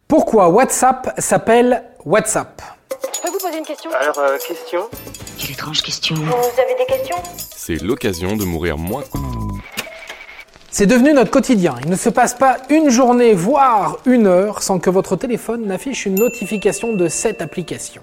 Pourquoi WhatsApp s'appelle WhatsApp? Je peux vous poser une question? Alors, question? Quelle étrange question. Vous avez des questions? C'est l'occasion de mourir moins. C'est devenu notre quotidien. Il ne se passe pas une journée, voire une heure, sans que votre téléphone n'affiche une notification de cette application.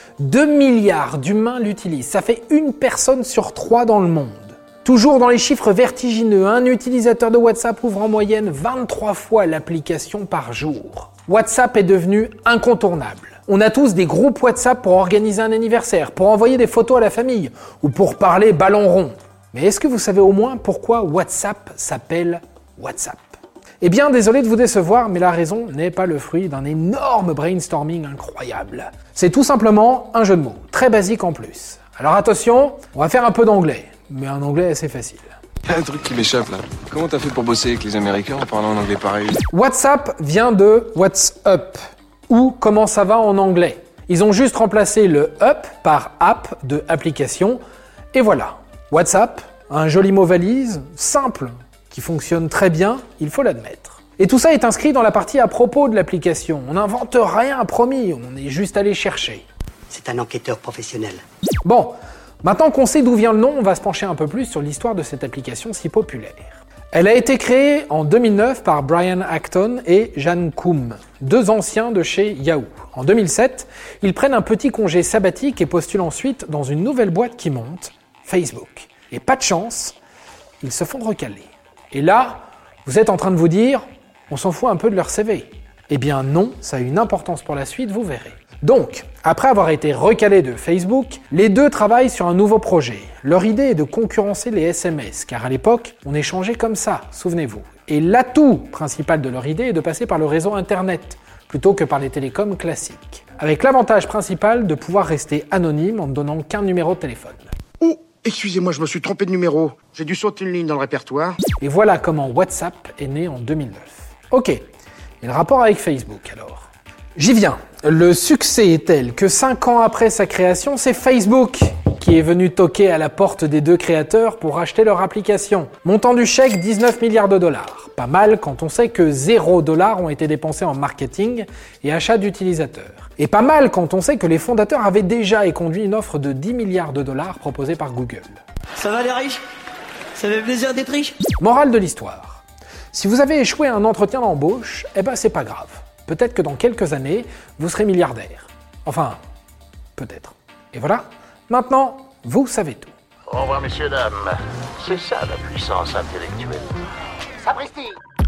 2 milliards d'humains l'utilisent. Ça fait une personne sur 3 dans le monde. Toujours dans les chiffres vertigineux, un utilisateur de WhatsApp ouvre en moyenne 23 fois l'application par jour. WhatsApp est devenu incontournable. On a tous des groupes WhatsApp pour organiser un anniversaire, pour envoyer des photos à la famille ou pour parler ballon rond. Mais est-ce que vous savez au moins pourquoi WhatsApp s'appelle WhatsApp? Eh bien, désolé de vous décevoir, mais la raison n'est pas le fruit d'un énorme brainstorming incroyable. C'est tout simplement un jeu de mots, très basique en plus. Alors attention, on va faire un peu d'anglais, mais un anglais assez facile. Il y a un truc qui m'échappe là. Comment t'as fait pour bosser avec les Américains en parlant en anglais pareil? WhatsApp vient de What's Up, ou comment ça va en anglais. Ils ont juste remplacé le up par app de application, et voilà. WhatsApp, un joli mot valise, simple, qui fonctionne très bien, il faut l'admettre. Et tout ça est inscrit dans la partie à propos de l'application. On n'invente rien, promis, on est juste allé chercher. C'est un enquêteur professionnel. Bon, maintenant qu'on sait d'où vient le nom, on va se pencher un peu plus sur l'histoire de cette application si populaire. Elle a été créée en 2009 par Brian Acton et Jan Koum, 2 anciens de chez Yahoo. En 2007, ils prennent un petit congé sabbatique et postulent ensuite dans une nouvelle boîte qui monte, Facebook. Et pas de chance, ils se font recaler. Et là, vous êtes en train de vous dire, on s'en fout un peu de leur CV. Eh bien non, ça a une importance pour la suite, vous verrez. Donc, après avoir été recalés de Facebook, les deux travaillent sur un nouveau projet. Leur idée est de concurrencer les SMS, car à l'époque, on échangeait comme ça, souvenez-vous. Et l'atout principal de leur idée est de passer par le réseau Internet, plutôt que par les télécoms classiques. Avec l'avantage principal de pouvoir rester anonyme en ne donnant qu'un numéro de téléphone. Oh, excusez-moi, je me suis trompé de numéro. J'ai dû sauter une ligne dans le répertoire. Et voilà comment WhatsApp est né en 2009. Ok, et le rapport avec Facebook alors? J'y viens. Le succès est tel que 5 ans après sa création, c'est Facebook qui est venu toquer à la porte des deux créateurs pour acheter leur application. Montant du chèque, 19 milliards de dollars. Pas mal quand on sait que 0 $ ont été dépensés en marketing et achat d'utilisateurs. Et pas mal quand on sait que les fondateurs avaient déjà éconduit une offre de 10 milliards de dollars proposée par Google. Ça va les riches? Ça fait plaisir d'être riche? Morale de l'histoire. Si vous avez échoué à un entretien d'embauche, eh ben c'est pas grave. Peut-être que dans quelques années, vous serez milliardaire. Enfin, peut-être. Et voilà, maintenant, vous savez tout. Au revoir, messieurs, dames. C'est ça la puissance intellectuelle. Sapristi!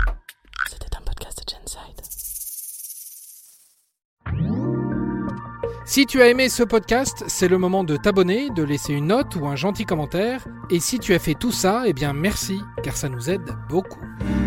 C'était un podcast de Genside. Si tu as aimé ce podcast, c'est le moment de t'abonner, de laisser une note ou un gentil commentaire. Et si tu as fait tout ça, eh bien merci, car ça nous aide beaucoup.